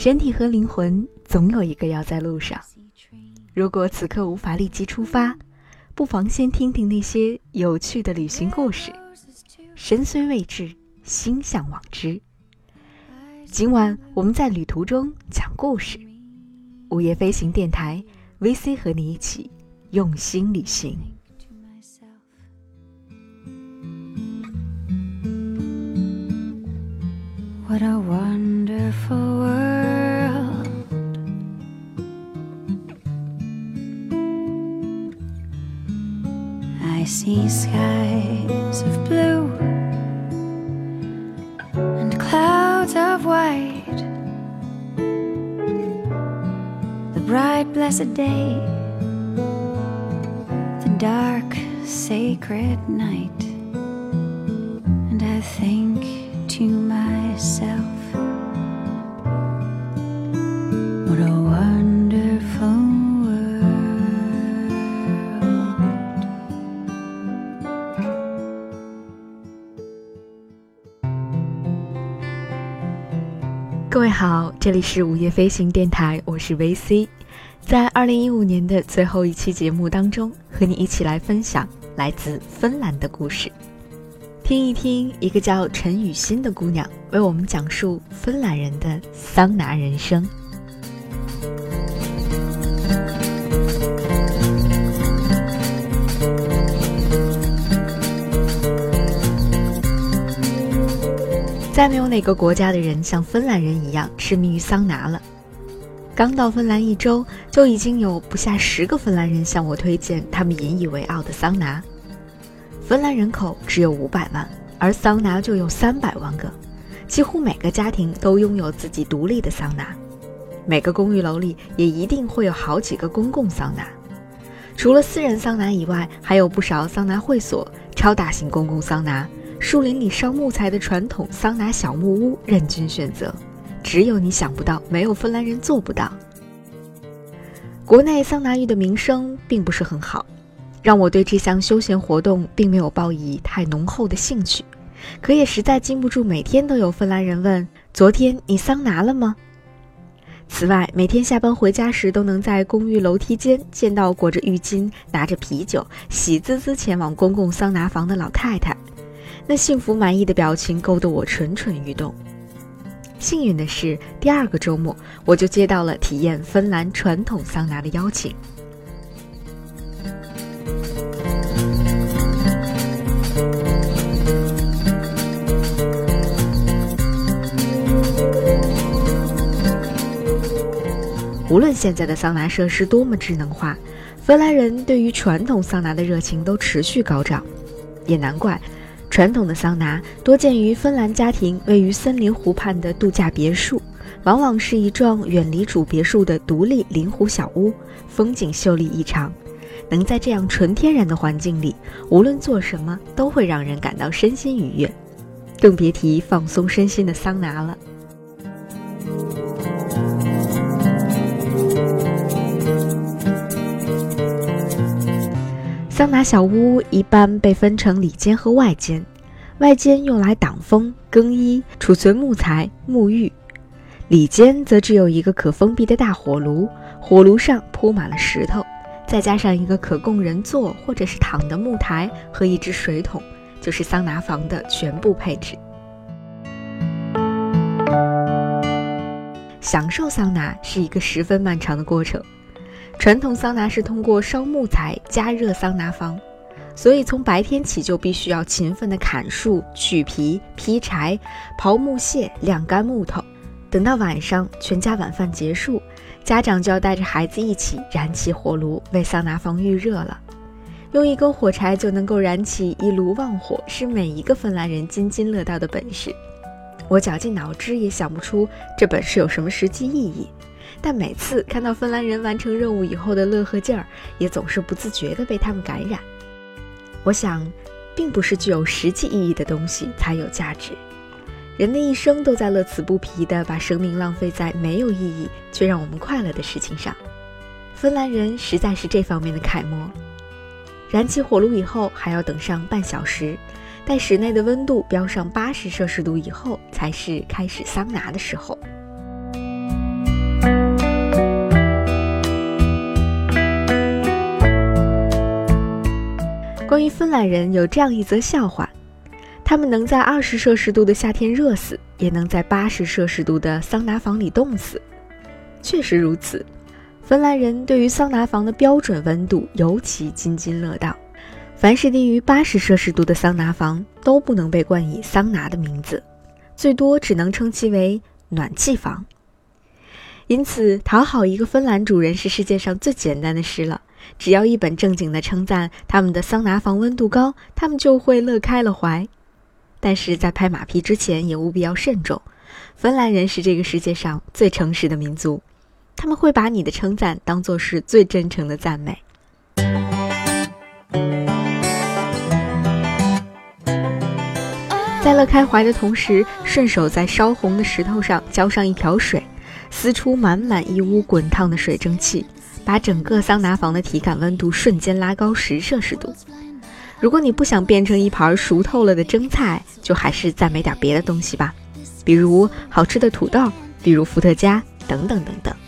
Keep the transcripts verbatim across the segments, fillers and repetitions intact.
身体和灵魂总有一个要在路上。如果此刻无法立即出发，不妨先听听那些有趣的旅行故事。身虽未至，心向往之。今晚我们在旅途中讲故事，午夜飞行电台 V C 和你一起用心旅行。 What a wonderful world. I see skies of blue and clouds of white. The bright blessed day, the dark sacred night. And I think to myself, what a wonderful world. 各位好，这里是午夜飞行电台，我是 V C。 在二零一五年的最后一期节目当中，和你一起来分享来自芬兰的故事。听一听一个叫陈雨欣的姑娘为我们讲述芬兰人的桑拿人生。再没有哪个国家的人像芬兰人一样痴迷于桑拿了。刚到芬兰一周，就已经有不下十个芬兰人向我推荐他们引以为傲的桑拿。芬兰人口只有五百万，而桑拿就有三百万个，几乎每个家庭都拥有自己独立的桑拿，每个公寓楼里也一定会有好几个公共桑拿。除了私人桑拿以外，还有不少桑拿会所、超大型公共桑拿、树林里烧木材的传统桑拿小木屋任君选择，只有你想不到，没有芬兰人做不到。国内桑拿浴的名声并不是很好，让我对这项休闲活动并没有抱以太浓厚的兴趣，可也实在禁不住每天都有芬兰人问：昨天你桑拿了吗？此外，每天下班回家时都能在公寓楼梯间见到裹着浴巾、拿着啤酒、喜滋滋前往公共桑拿房的老太太，那幸福满意的表情勾得我蠢蠢欲动。幸运的是，第二个周末我就接到了体验芬兰传统桑拿的邀请。无论现在的桑拿设施多么智能化，芬兰人对于传统桑拿的热情都持续高涨，也难怪传统的桑拿多见于芬兰家庭位于森林湖畔的度假别墅，往往是一幢远离主别墅的独立临湖小屋，风景秀丽异常。能在这样纯天然的环境里，无论做什么都会让人感到身心愉悦，更别提放松身心的桑拿了。桑拿小屋一般被分成里间和外间，外间用来挡风、更衣、储存木材、沐浴，里间则只有一个可封闭的大火炉，火炉上铺满了石头，再加上一个可供人坐或者是躺的木台和一只水桶，就是桑拿房的全部配置。享受桑拿是一个十分漫长的过程。传统桑拿是通过烧木材加热桑拿房，所以从白天起就必须要勤奋地砍树、取皮、劈柴、刨木屑、晾干木头。等到晚上全家晚饭结束，家长就要带着孩子一起燃起火炉，为桑拿房预热了。用一根火柴就能够燃起一炉旺火，是每一个芬兰人津津乐道的本事。我绞尽脑汁也想不出这本事有什么实际意义，但每次看到芬兰人完成任务以后的乐呵劲儿，也总是不自觉地被他们感染。我想，并不是具有实际意义的东西才有价值。人的一生都在乐此不疲地把生命浪费在没有意义却让我们快乐的事情上。芬兰人实在是这方面的楷模。燃起火炉以后还要等上半小时，待室内的温度飙上八十摄氏度以后，才是开始桑拿的时候。 关于芬兰人有这样一则笑话，他们能在二十摄氏度的夏天热死，也能在八十摄氏度的桑拿房里冻死。确实如此，芬兰人对于桑拿房的标准温度尤其津津乐道，凡是低于八十摄氏度的桑拿房都不能被冠以桑拿的名字，最多只能称其为暖气房。因此，讨好一个芬兰主人是世界上最简单的事了。只要一本正经地称赞他们的桑拿房温度高，他们就会乐开了怀。但是在拍马屁之前也务必要慎重，芬兰人是这个世界上最诚实的民族，他们会把你的称赞当作是最真诚的赞美。在乐开怀的同时，顺手在烧红的石头上浇上一瓢水，撕出满满一屋滚烫的水蒸气，把整个桑拿房的体感温度瞬间拉高十摄氏度。如果你不想变成一盘熟透了的蒸菜，就还是赞美点别的东西吧，比如好吃的土豆，比如伏特加，等等等等。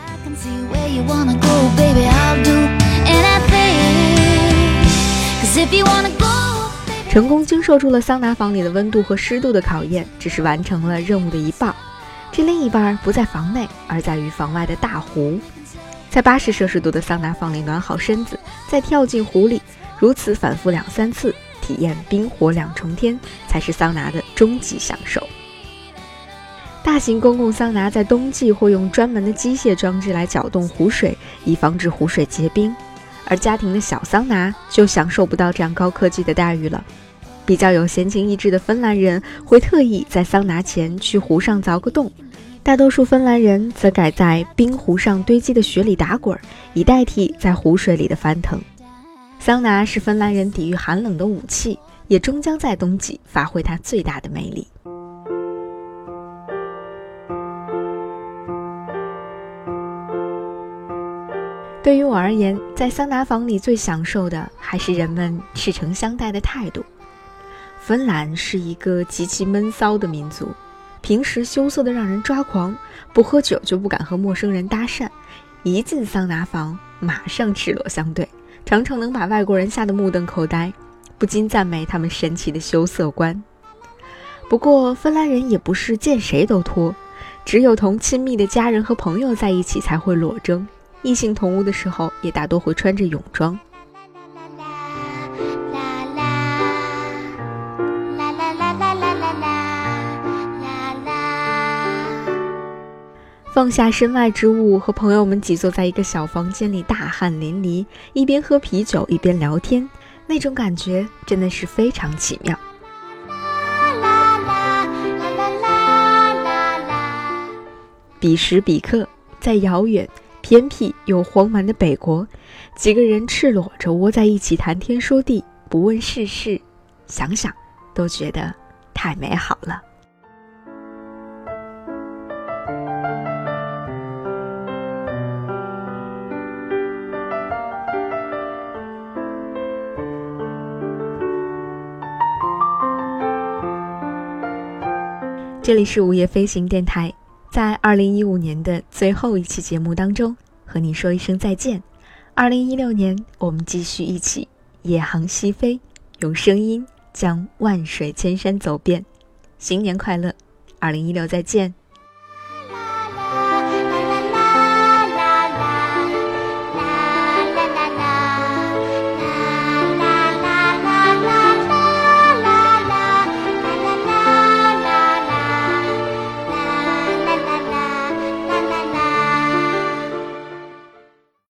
成功经受住了桑拿房里的温度和湿度的考验，只是完成了任务的一半，这另一半不在房内，而在于房外的大湖。在八十摄氏度的桑拿房里暖好身子，再跳进湖里，如此反复两三次，体验冰火两重天，才是桑拿的终极享受。大型公共桑拿在冬季会用专门的机械装置来搅动湖水，以防止湖水结冰，而家庭的小桑拿就享受不到这样高科技的待遇了。比较有闲情逸致的芬兰人会特意在桑拿前去湖上凿个洞，大多数芬兰人则改在冰湖上堆积的雪里打滚，以代替在湖水里的翻腾。桑拿是芬兰人抵御寒冷的武器，也终将在冬季发挥它最大的魅力。对于我而言，在桑拿房里最享受的还是人们赤诚相待的态度。芬兰是一个极其闷骚的民族，平时羞涩得让人抓狂，不喝酒就不敢和陌生人搭讪，一进桑拿房马上赤裸相对，常常能把外国人吓得目瞪口呆，不禁赞美他们神奇的羞涩观。不过芬兰人也不是见谁都脱，只有同亲密的家人和朋友在一起才会裸征，异性同屋的时候也大多会穿着泳装。放下身外之物，和朋友们挤坐在一个小房间里，大汗淋漓，一边喝啤酒一边聊天，那种感觉真的是非常奇妙。彼时彼刻，在遥远偏僻又荒蛮的北国，几个人赤裸着窝在一起谈天说地，不问世事，想想都觉得太美好了。这里是午夜飞行电台，在二零一五年的最后一期节目当中和你说一声再见。二零一六年我们继续一起夜航西飞，用声音将万水千山走遍。新年快乐，二零一六再见。